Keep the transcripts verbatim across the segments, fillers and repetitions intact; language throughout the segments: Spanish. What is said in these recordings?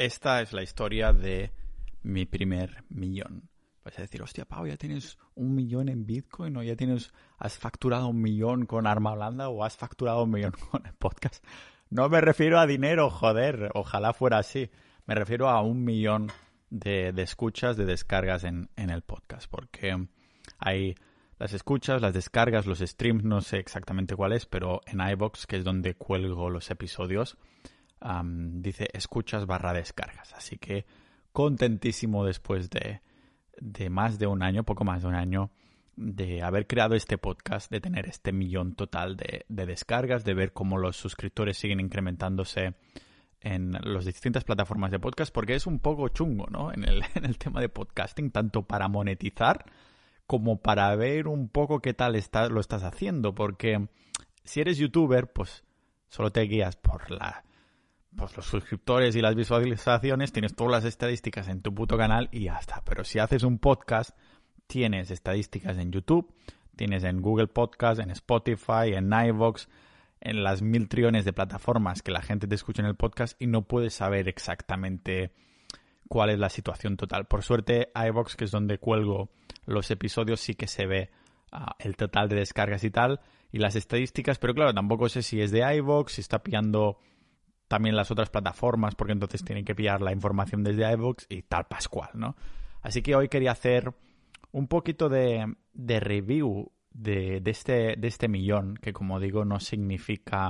esta es la historia de mi primer millón. Vas a decir, hostia, Pau, ¿ya tienes un millón en Bitcoin? ¿O ya tienes, has facturado un millón con Arma Blanda? ¿O has facturado un millón con el podcast? No me refiero a dinero, joder, ojalá fuera así. Me refiero a un millón de, de escuchas, de descargas en, en el podcast. Porque hay las escuchas, las descargas, los streams, no sé exactamente cuál es, pero en iVoox, que es donde cuelgo los episodios, um, dice escuchas barra descargas. Así que contentísimo después de... de más de un año, poco más de un año, de haber creado este podcast, de tener este millón total de, de descargas, de ver cómo los suscriptores siguen incrementándose en las distintas plataformas de podcast, porque es un poco chungo, ¿no? En el, en el tema de podcasting, tanto para monetizar como para ver un poco qué tal está, lo estás haciendo, porque si eres youtuber, pues solo te guías por la... pues los suscriptores y las visualizaciones, tienes todas las estadísticas en tu puto canal y ya está. Pero si haces un podcast, tienes estadísticas en YouTube, tienes en Google Podcast, en Spotify, en iVoox, en las mil trillones de plataformas que la gente te escucha en el podcast y no puedes saber exactamente cuál es la situación total. Por suerte, iVoox, que es donde cuelgo los episodios, sí que se ve uh, el total de descargas y tal, y las estadísticas, pero claro, tampoco sé si es de iVoox, si está pillando también las otras plataformas, porque entonces tienen que pillar la información desde iVoox y tal pascual, ¿no? Así que hoy quería hacer un poquito de, de review de, de, este, de este millón, que como digo no significa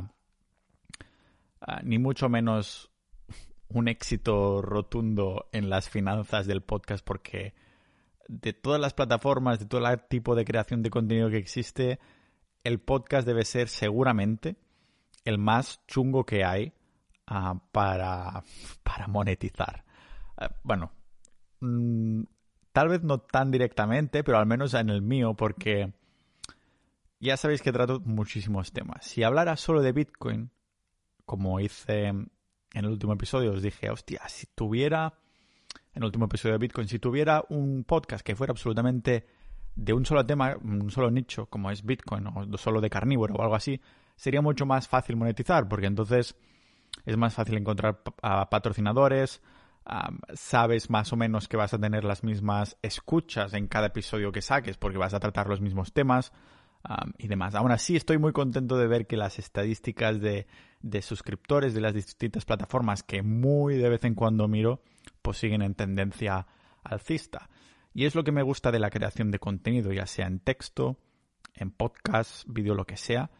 uh, ni mucho menos un éxito rotundo en las finanzas del podcast, porque de todas las plataformas, de todo el tipo de creación de contenido que existe, el podcast debe ser seguramente el más chungo que hay Uh, para, para monetizar. Uh, bueno, mmm, tal vez no tan directamente, pero al menos en el mío, porque ya sabéis que trato muchísimos temas. Si hablara solo de Bitcoin, como hice en el último episodio, os dije, hostia, si tuviera, en el último episodio de Bitcoin, si tuviera un podcast que fuera absolutamente de un solo tema, un solo nicho, como es Bitcoin, o solo de carnívoro o algo así, sería mucho más fácil monetizar, porque entonces es más fácil encontrar uh, patrocinadores, um, sabes más o menos que vas a tener las mismas escuchas en cada episodio que saques porque vas a tratar los mismos temas um, y demás. Aún así, estoy muy contento de ver que las estadísticas de, de suscriptores de las distintas plataformas, que muy de vez en cuando miro, pues siguen en tendencia alcista. Y es lo que me gusta de la creación de contenido, ya sea en texto, en podcast, vídeo, lo que sea.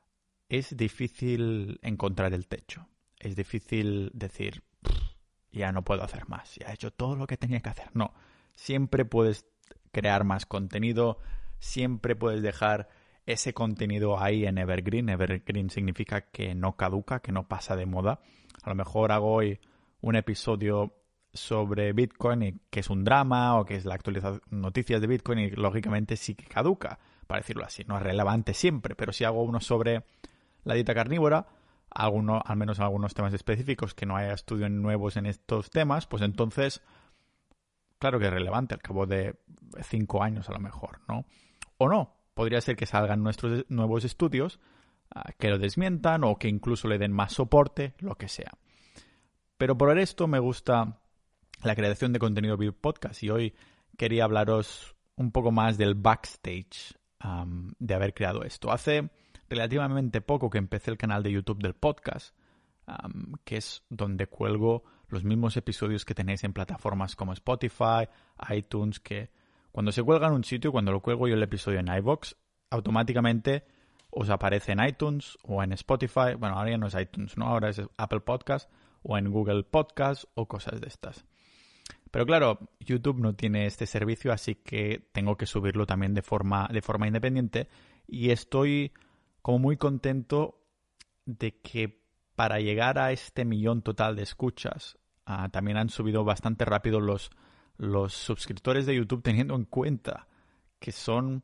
Es difícil encontrar el techo. Es difícil decir, ya no puedo hacer más, ya he hecho todo lo que tenía que hacer. No, siempre puedes crear más contenido, siempre puedes dejar ese contenido ahí en Evergreen. Evergreen significa que no caduca, que no pasa de moda. A lo mejor hago hoy un episodio sobre Bitcoin, y que es un drama o que es la actualización, noticias de Bitcoin, y lógicamente sí que caduca, para decirlo así. No es relevante siempre, pero si hago uno sobre la dieta carnívora, alguno, al menos algunos temas específicos que no haya estudios nuevos en estos temas, pues entonces, claro que es relevante al cabo de cinco años a lo mejor, ¿no? O no, podría ser que salgan nuestros nuevos estudios uh, que lo desmientan o que incluso le den más soporte, lo que sea. Pero por esto me gusta la creación de contenido vía podcast, y hoy quería hablaros un poco más del backstage um, de haber creado esto. Hace relativamente poco que empecé el canal de YouTube del podcast, um, que es donde cuelgo los mismos episodios que tenéis en plataformas como Spotify, iTunes, que cuando se cuelga en un sitio, cuando lo cuelgo yo el episodio en iVoox, automáticamente os aparece en iTunes o en Spotify. Bueno, ahora ya no es iTunes, ¿no? Ahora es Apple Podcast o en Google Podcast o cosas de estas. Pero claro, YouTube no tiene este servicio, así que tengo que subirlo también de forma, de forma independiente, y estoy como muy contento de que para llegar a este millón total de escuchas, uh, también han subido bastante rápido los, los suscriptores de YouTube, teniendo en cuenta que son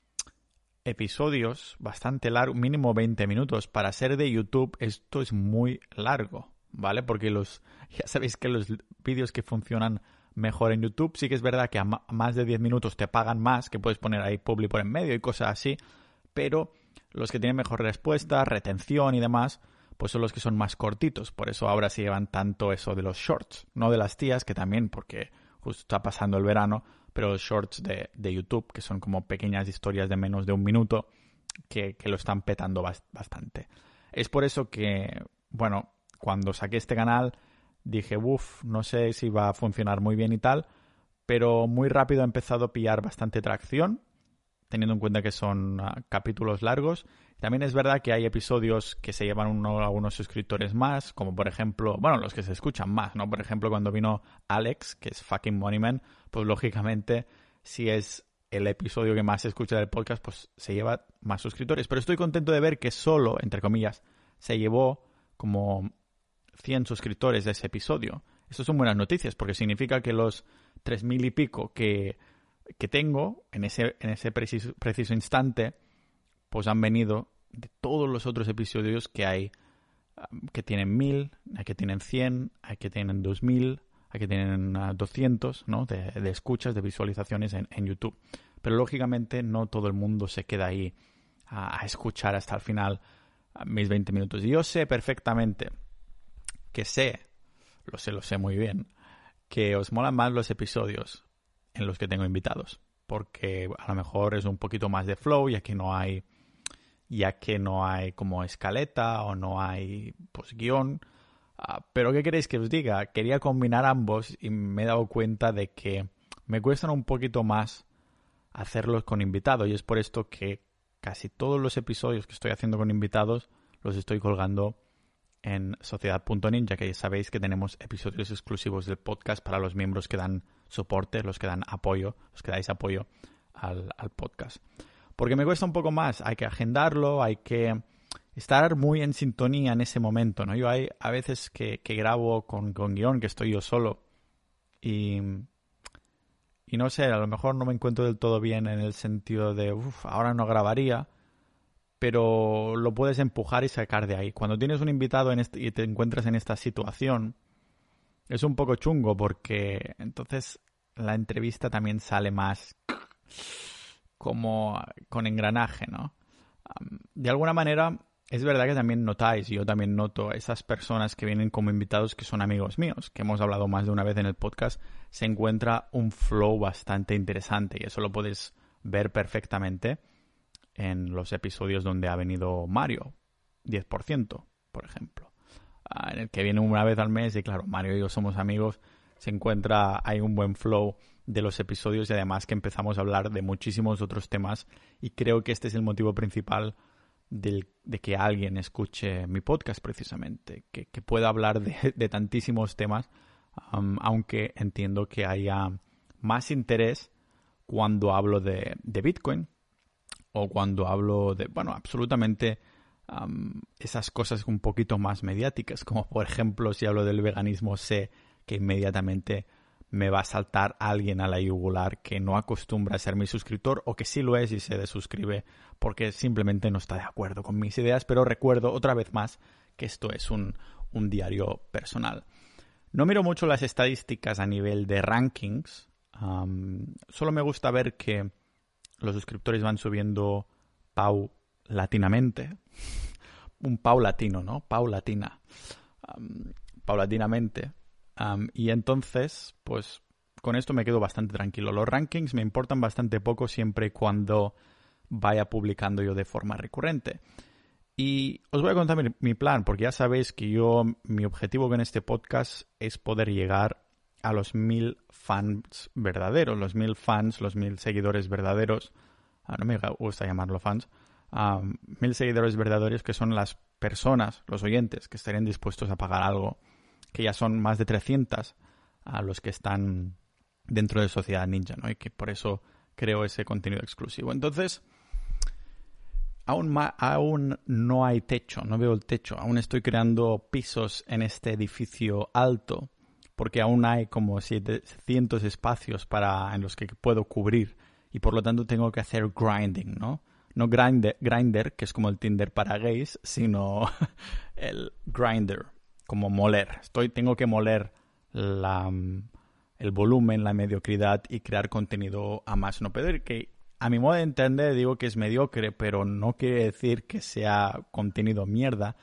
episodios bastante largos, mínimo veinte minutos. Para ser de YouTube esto es muy largo, ¿vale? Porque los ya sabéis que los vídeos que funcionan mejor en YouTube, sí que es verdad que a más de diez minutos te pagan más, que puedes poner ahí publi por en medio y cosas así, pero los que tienen mejor respuesta, retención y demás, pues son los que son más cortitos. Por eso ahora se llevan tanto eso de los shorts. No de las tías, que también, porque justo está pasando el verano, pero los shorts de, de YouTube, que son como pequeñas historias de menos de un minuto, que, que lo están petando bastante. Es por eso que, bueno, cuando saqué este canal dije, uff, no sé si va a funcionar muy bien y tal, pero muy rápido ha empezado a pillar bastante tracción, teniendo en cuenta que son uh, capítulos largos. También es verdad que hay episodios que se llevan uno, algunos suscriptores más, como por ejemplo, bueno, los que se escuchan más, ¿no? Por ejemplo, cuando vino Alex, que es fucking Moneyman, pues lógicamente, si es el episodio que más se escucha del podcast, pues se lleva más suscriptores. Pero estoy contento de ver que solo, entre comillas, se llevó como cien suscriptores de ese episodio. Esto son buenas noticias, porque significa que los tres mil y pico que, que tengo en ese, en ese preciso, preciso instante, pues han venido de todos los otros episodios que hay, que tienen mil, hay que tienen cien, hay que tienen dos mil, hay que tienen uh, doscientos, ¿no? De, de escuchas, de visualizaciones en, en YouTube. Pero lógicamente no todo el mundo se queda ahí a, a escuchar hasta el final a mis veinte minutos. Y yo sé perfectamente que sé, lo sé, lo sé muy bien, que os molan más los episodios en los que tengo invitados. Porque a lo mejor es un poquito más de flow, ya que no hay, ya que no hay como escaleta o no hay pues guión. Uh, pero ¿qué queréis que os diga? Quería combinar ambos y me he dado cuenta de que me cuestan un poquito más hacerlos con invitados, y es por esto que casi todos los episodios que estoy haciendo con invitados los estoy colgando en sociedad punto ninja, que ya sabéis que tenemos episodios exclusivos del podcast para los miembros que dan soporte, los que dan apoyo, los que dais apoyo al, al podcast. Porque me cuesta un poco más, hay que agendarlo, hay que estar muy en sintonía en ese momento, ¿no? Yo hay a veces que, que grabo con, con guión, que estoy yo solo, y, y no sé, a lo mejor no me encuentro del todo bien en el sentido de, uff, ahora no grabaría, pero lo puedes empujar y sacar de ahí. Cuando tienes un invitado en este, y te encuentras en esta situación, es un poco chungo, porque entonces la entrevista también sale más como con engranaje, ¿no? Um, de alguna manera, es verdad que también notáis, y yo también noto, esas personas que vienen como invitados que son amigos míos, que hemos hablado más de una vez en el podcast, se encuentra un flow bastante interesante, y eso lo puedes ver perfectamente en los episodios donde ha venido Mario, diez por ciento, por ejemplo, uh, en el que viene una vez al mes, y claro, Mario y yo somos amigos, se encuentra, hay un buen flow de los episodios, y además que empezamos a hablar de muchísimos otros temas, y creo que este es el motivo principal del, de que alguien escuche mi podcast, precisamente, que, que pueda hablar de, de tantísimos temas, um, aunque entiendo que haya más interés cuando hablo de, de Bitcoin, o cuando hablo de, bueno, absolutamente um, esas cosas un poquito más mediáticas, como por ejemplo si hablo del veganismo, sé que inmediatamente me va a saltar alguien a la yugular que no acostumbra a ser mi suscriptor, o que sí lo es y se desuscribe porque simplemente no está de acuerdo con mis ideas. Pero recuerdo otra vez más que esto es un, un diario personal. No miro mucho las estadísticas a nivel de rankings, um, solo me gusta ver que los suscriptores van subiendo paulatinamente. Un paulatino, ¿no? Paulatina. Um, paulatinamente. Um, y entonces, pues, con esto me quedo bastante tranquilo. Los rankings me importan bastante poco siempre y cuando vaya publicando yo de forma recurrente. Y os voy a contar mi, mi plan, porque ya sabéis que yo, mi objetivo con este podcast es poder llegar a los mil fans verdaderos, los mil fans, los mil seguidores verdaderos. Ah, no me gusta llamarlo fans. Um, mil seguidores verdaderos, que son las personas, los oyentes, que estarían dispuestos a pagar algo, que ya son más de trescientos a los que están dentro de Sociedad Ninja, ¿no? Y que por eso creo ese contenido exclusivo. Entonces, aún, ma- aún no hay techo, no veo el techo. Aún estoy creando pisos en este edificio alto, porque aún hay como setecientos espacios para, en los que puedo cubrir, y por lo tanto tengo que hacer grinding, ¿no? No Grindr, Grindr, que es como el Tinder para gays, sino el Grindr, como moler. Estoy, tengo que moler la, el volumen, la mediocridad, y crear contenido a más no poder, que a mi modo de entender digo que es mediocre, pero no quiere decir que sea contenido mierda,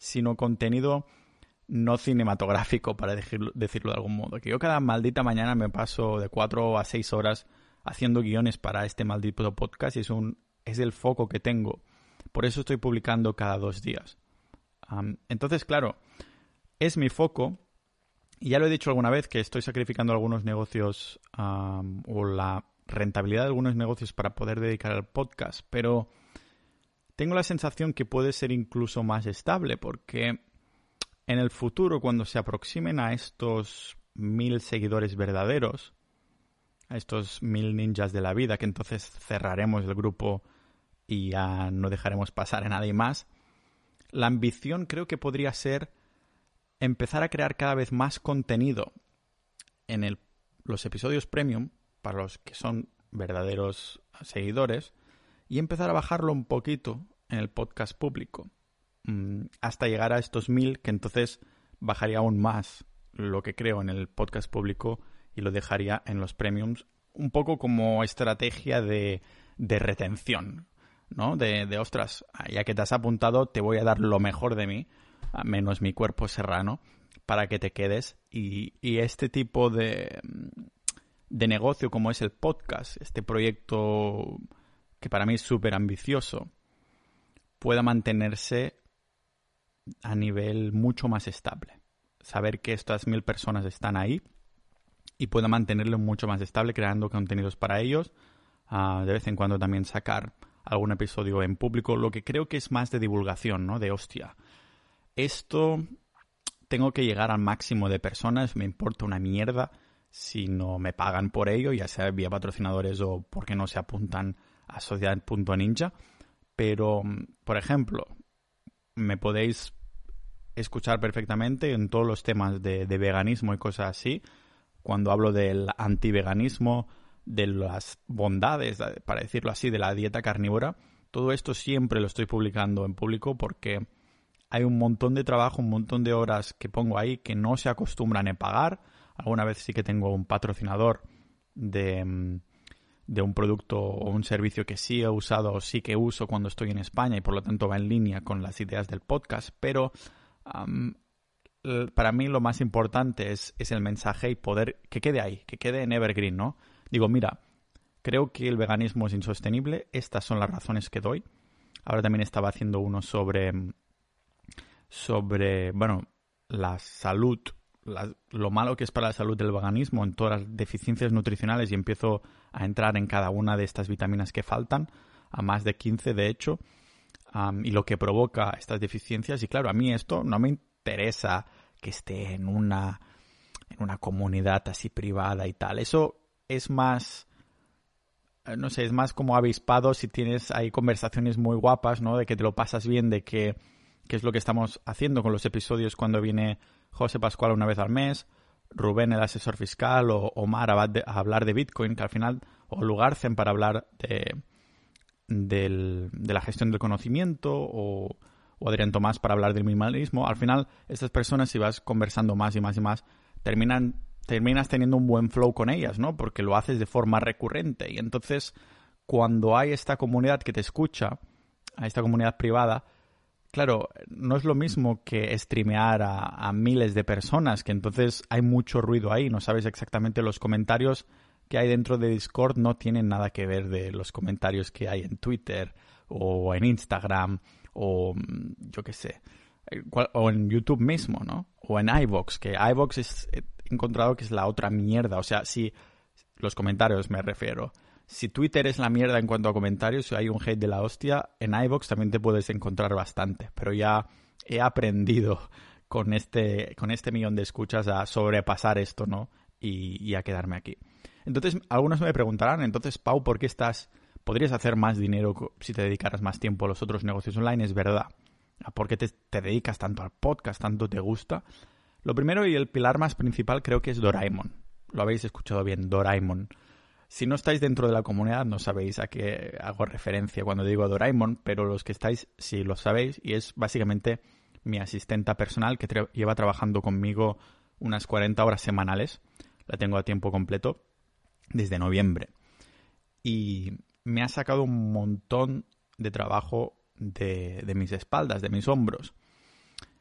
sino contenido no cinematográfico, para decirlo, decirlo de algún modo. Que yo cada maldita mañana me paso de cuatro a seis horas haciendo guiones para este maldito podcast y es, un, es el foco que tengo. Por eso estoy publicando cada dos días. Um, entonces, claro, es mi foco. Y ya lo he dicho alguna vez que estoy sacrificando algunos negocios um, o la rentabilidad de algunos negocios para poder dedicar al podcast, pero tengo la sensación que puede ser incluso más estable porque en el futuro, cuando se aproximen a estos mil seguidores verdaderos, a estos mil ninjas de la vida, que entonces cerraremos el grupo y ya no dejaremos pasar a nadie más, la ambición creo que podría ser empezar a crear cada vez más contenido en el, los episodios premium, para los que son verdaderos seguidores, y empezar a bajarlo un poquito en el podcast público, hasta llegar a estos mil, que entonces bajaría aún más lo que creo en el podcast público y lo dejaría en los premiums, un poco como estrategia de, de retención, ¿no? De, de, ostras, ya que te has apuntado, te voy a dar lo mejor de mí, a menos mi cuerpo serrano, para que te quedes. Y, y este tipo de, de negocio como es el podcast, este proyecto que para mí es súper ambicioso, pueda mantenerse a nivel mucho más estable. Saber que estas mil personas están ahí y pueda mantenerlo mucho más estable creando contenidos para ellos. Uh, de vez en cuando también sacar algún episodio en público, lo que creo que es más de divulgación, ¿no? De hostia, esto tengo que llegar al máximo de personas, me importa una mierda si no me pagan por ello, ya sea vía patrocinadores o porque no se apuntan a Sociedad punto ninja. Pero, por ejemplo, me podéis escuchar perfectamente en todos los temas de, de veganismo y cosas así, cuando hablo del antiveganismo, de las bondades, para decirlo así, de la dieta carnívora. Todo esto siempre lo estoy publicando en público porque hay un montón de trabajo, un montón de horas que pongo ahí que no se acostumbran a pagar. Alguna vez sí que tengo un patrocinador de, de un producto o un servicio que sí he usado o sí que uso cuando estoy en España y por lo tanto va en línea con las ideas del podcast, pero um, para mí lo más importante es, es el mensaje y poder que quede ahí, que quede en evergreen, ¿no? Digo, mira, creo que el veganismo es insostenible, estas son las razones que doy. Ahora también estaba haciendo uno sobre, sobre bueno, la salud, la, lo malo que es para la salud del veganismo en todas las deficiencias nutricionales y empiezo a entrar en cada una de estas vitaminas que faltan, a más de quince de hecho, um, y lo que provoca estas deficiencias. Y claro, a mí esto no me interesa que esté en una, en una comunidad así privada y tal. Eso es más, no sé, es más como avispado si tienes ahí conversaciones muy guapas, ¿no? De que te lo pasas bien, de que, que es lo que estamos haciendo con los episodios cuando viene José Pascual una vez al mes, Rubén el asesor fiscal o Omar a, de, a hablar de Bitcoin, que al final, o Lugarcen para hablar de, del, de la gestión del conocimiento o, o Adrián Tomás para hablar del minimalismo. Al final, estas personas, si vas conversando más y más y más, terminan terminas teniendo un buen flow con ellas, ¿no? Porque lo haces de forma recurrente. Y entonces, cuando hay esta comunidad que te escucha, a esta comunidad privada, claro, no es lo mismo que streamear a, a miles de personas, que entonces hay mucho ruido ahí, no sabes exactamente los comentarios que hay dentro de Discord, no tienen nada que ver de los comentarios que hay en Twitter o en Instagram o yo qué sé, o en YouTube mismo, ¿no? O en iVoox, que iVoox es... he encontrado que es la otra mierda. O sea, si los comentarios me refiero. Si Twitter es la mierda en cuanto a comentarios, si hay un hate de la hostia, en iVoox también te puedes encontrar bastante. Pero ya he aprendido con este, con este millón de escuchas a sobrepasar esto, ¿no? Y, y a quedarme aquí. Entonces, algunos me preguntarán, entonces, Pau, ¿por qué estás... podrías hacer más dinero si te dedicaras más tiempo a los otros negocios online? Es verdad. ¿Por qué te, te dedicas tanto al podcast, tanto te gusta? Lo primero y el pilar más principal creo que es Doraemon. Lo habéis escuchado bien, Doraemon. Si no estáis dentro de la comunidad no sabéis a qué hago referencia cuando digo Doraemon, pero los que estáis sí lo sabéis y es básicamente mi asistenta personal que tra- lleva trabajando conmigo unas cuarenta horas semanales. La tengo a tiempo completo desde noviembre. Y me ha sacado un montón de trabajo de, de mis espaldas, de mis hombros.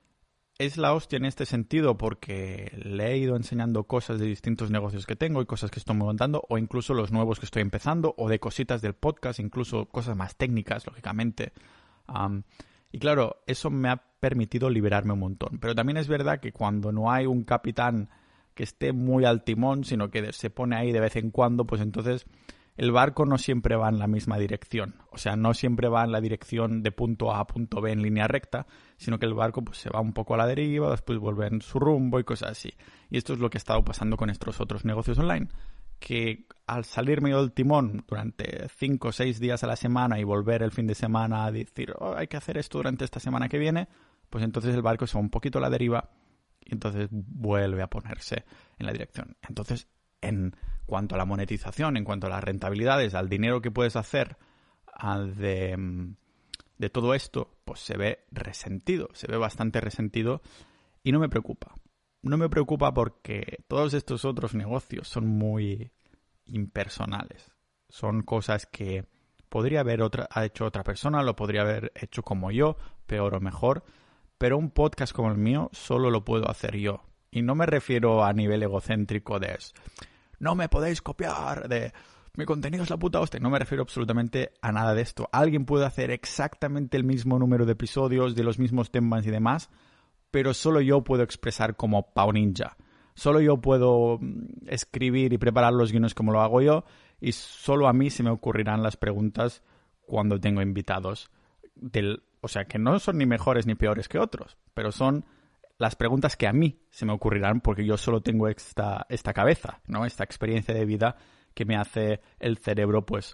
es la hostia en este sentido porque le he ido enseñando cosas de distintos negocios que tengo y cosas que estoy montando, o incluso los nuevos que estoy empezando, o de cositas del podcast, incluso cosas más técnicas, lógicamente. Um, y claro, eso me ha permitido liberarme un montón. Pero también es verdad que cuando no hay un capitán que esté muy al timón, sino que se pone ahí de vez en cuando, pues entonces el barco no siempre va en la misma dirección. O sea, no siempre va en la dirección de punto A a punto B en línea recta, sino que el barco pues se va un poco a la deriva, después vuelve en su rumbo y cosas así. Y esto es lo que ha estado pasando con estos otros negocios online, que al salirme yo del timón durante cinco o seis días a la semana y volver el fin de semana a decir, oh, hay que hacer esto durante esta semana que viene, pues entonces el barco se va un poquito a la deriva y entonces vuelve a ponerse en la dirección. Entonces, en cuanto a la monetización, en cuanto a las rentabilidades, al dinero que puedes hacer al de, de todo esto, pues se ve resentido, se ve bastante resentido y no me preocupa. No me preocupa porque todos estos otros negocios son muy impersonales. Son cosas que podría haber otra, ha hecho otra persona, lo podría haber hecho como yo, peor o mejor, pero un podcast como el mío solo lo puedo hacer yo. Y no me refiero a nivel egocéntrico de no me podéis copiar, de mi contenido es la puta hostia. No me refiero absolutamente a nada de esto. Alguien puede hacer exactamente el mismo número de episodios, de los mismos temas y demás, pero solo yo puedo expresar como Pau Ninja. Solo yo puedo escribir y preparar los guiones como lo hago yo, y solo a mí se me ocurrirán las preguntas cuando tengo invitados. Del, o sea, que no son ni mejores ni peores que otros, pero son las preguntas que a mí se me ocurrirán porque yo solo tengo esta, esta cabeza, ¿no? Esta experiencia de vida que me hace el cerebro, pues,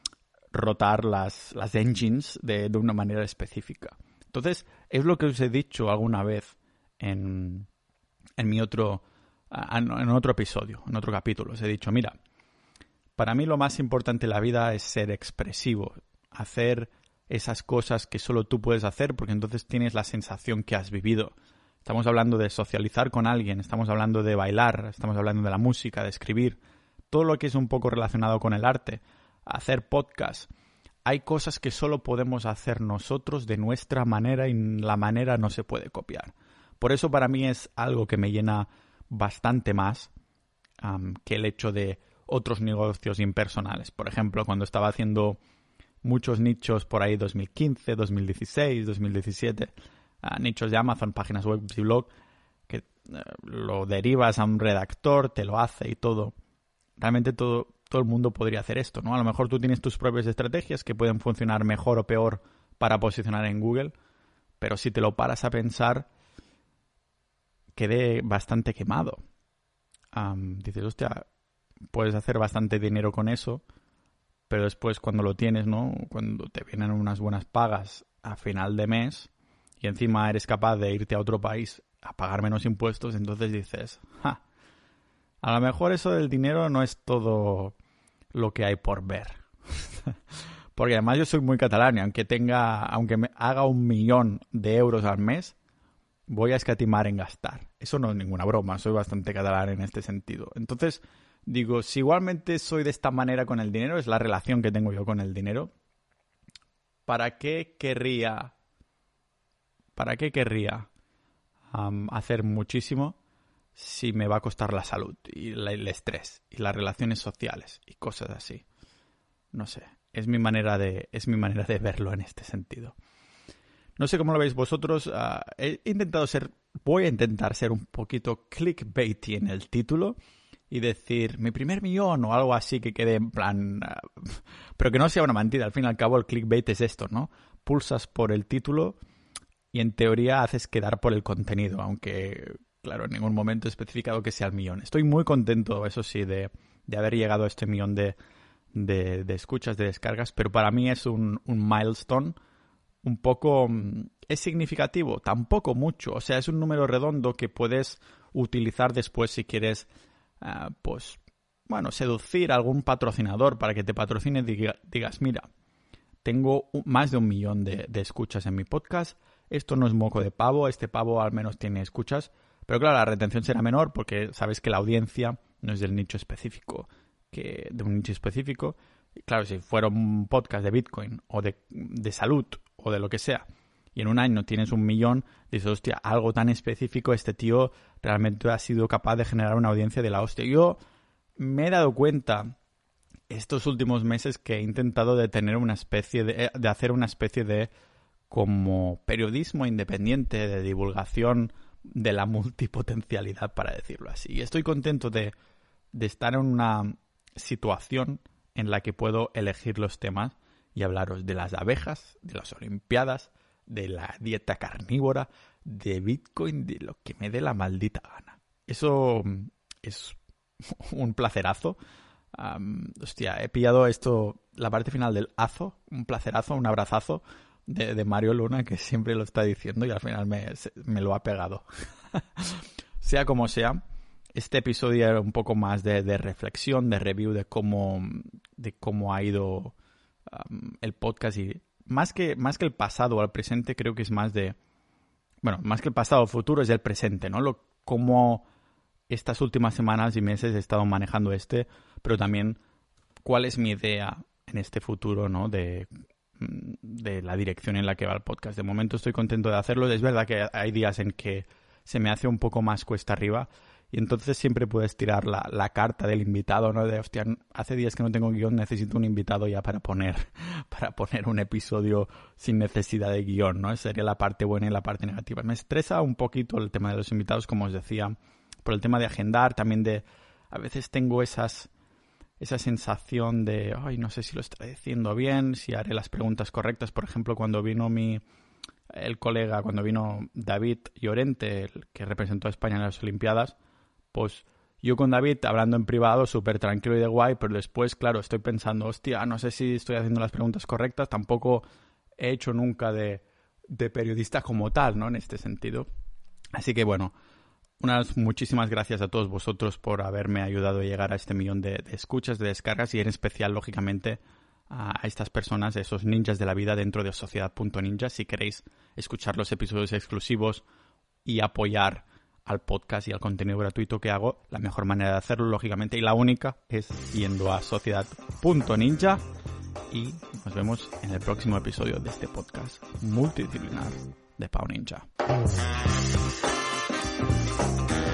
rotar las, las engines de, de una manera específica. Entonces, es lo que os he dicho alguna vez en, en mi otro, en otro episodio, en otro capítulo. Os he dicho, mira, para mí lo más importante en la vida es ser expresivo, hacer esas cosas que solo tú puedes hacer porque entonces tienes la sensación que has vivido. Estamos hablando de socializar con alguien, estamos hablando de bailar, estamos hablando de la música, de escribir, todo lo que es un poco relacionado con el arte, hacer podcast. Hay cosas que solo podemos hacer nosotros de nuestra manera y la manera no se puede copiar. Por eso para mí es algo que me llena bastante más um, que el hecho de otros negocios impersonales. Por ejemplo, cuando estaba haciendo muchos nichos por ahí dos mil quince, dos mil dieciséis, dos mil diecisiete, uh, nichos de Amazon, páginas web y blog, que uh, lo derivas a un redactor, te lo hace y todo. Realmente todo, todo el mundo podría hacer esto, ¿no? A lo mejor tú tienes tus propias estrategias que pueden funcionar mejor o peor para posicionar en Google, pero si te lo paras a pensar, quedé bastante quemado. Um, dices, hostia, puedes hacer bastante dinero con eso, pero después cuando lo tienes, ¿no? Cuando te vienen unas buenas pagas a final de mes y encima eres capaz de irte a otro país a pagar menos impuestos, entonces dices, ja, a lo mejor eso del dinero no es todo lo que hay por ver. Porque además yo soy muy catalán y aunque tenga, aunque me haga un millón de euros al mes, voy a escatimar en gastar. Eso no es ninguna broma, soy bastante catalán en este sentido. Entonces, digo, si igualmente soy de esta manera con el dinero, es la relación que tengo yo con el dinero, ¿para qué querría, para qué querría um, hacer muchísimo si me va a costar la salud y la, el estrés y las relaciones sociales y cosas así? No sé, es mi manera de, es mi manera de verlo en este sentido. No sé cómo lo veis vosotros. Uh, he intentado ser, voy a intentar ser un poquito clickbaity en el título y decir mi primer millón o algo así que quede en plan, uh, pero que no sea una mentira. Al fin y al cabo el clickbait es esto, ¿no? Pulsas por el título y en teoría haces quedar por el contenido, aunque claro, en ningún momento he especificado que sea el millón. Estoy muy contento, eso sí, de, de haber llegado a este millón de, de, de escuchas, de descargas, pero para mí es un, un milestone un poco... ¿Es significativo? Tampoco mucho. O sea, es un número redondo que puedes utilizar después si quieres, uh, pues, bueno, seducir a algún patrocinador para que te patrocine y diga, digas, mira, tengo un, más de un millón de, de escuchas en mi podcast, esto no es moco de pavo, este pavo al menos tiene escuchas, pero claro, la retención será menor porque sabes que la audiencia no es del nicho específico, que de un nicho específico. Claro, si fuera un podcast de Bitcoin o de, de salud o de lo que sea, y en un año tienes un millón, dices, hostia, algo tan específico, este tío realmente ha sido capaz de generar una audiencia de la hostia. Yo me he dado cuenta estos últimos meses que he intentado de tener una especie de, de hacer una especie de como periodismo independiente, de divulgación de la multipotencialidad, para decirlo así. Y estoy contento de, de estar en una situación en la que puedo elegir los temas y hablaros de las abejas, de las Olimpiadas, de la dieta carnívora, de Bitcoin, de lo que me dé la maldita gana. Eso es un placerazo. Um, hostia, he pillado esto, la parte final del azo, un placerazo, un abrazazo de, de Mario Luna, que siempre lo está diciendo y al final me, me lo ha pegado. Sea como sea, este episodio era un poco más de, de reflexión, de review de cómo, de cómo ha ido um, el podcast y más que, más que el pasado o el presente, creo que es más de, bueno, más que el pasado o futuro es el presente, ¿no? Lo, cómo estas últimas semanas y meses he estado manejando este, pero también cuál es mi idea en este futuro, ¿no? De, de la dirección en la que va el podcast. De momento estoy contento de hacerlo. Es verdad que hay días en que se me hace un poco más cuesta arriba y entonces siempre puedes tirar la, la carta del invitado, ¿no? De, hostia, hace días que no tengo guión, necesito un invitado ya para poner, para poner un episodio sin necesidad de guión, ¿no? Esa sería la parte buena y la parte negativa. Me estresa un poquito el tema de los invitados, como os decía, por el tema de agendar, también de, a veces tengo esas, esa sensación de, ay, no sé si lo estoy diciendo bien, si haré las preguntas correctas. Por ejemplo, cuando vino mi, el colega, cuando vino David Llorente, el que representó a España en las Olimpiadas, pues yo con David hablando en privado, súper tranquilo y de guay, pero después, claro, estoy pensando, hostia, no sé si estoy haciendo las preguntas correctas, tampoco he hecho nunca de, de periodista como tal, ¿no? En este sentido. Así que bueno, unas muchísimas gracias a todos vosotros por haberme ayudado a llegar a este millón de, de escuchas, de descargas y en especial, lógicamente, a estas personas, esos ninjas de la vida dentro de sociedad punto ninja. Si queréis escuchar los episodios exclusivos y apoyar al podcast y al contenido gratuito que hago, la mejor manera de hacerlo, lógicamente, y la única, es yendo a sociedad punto ninja y nos vemos en el próximo episodio de este podcast multidisciplinar de Pau Ninja.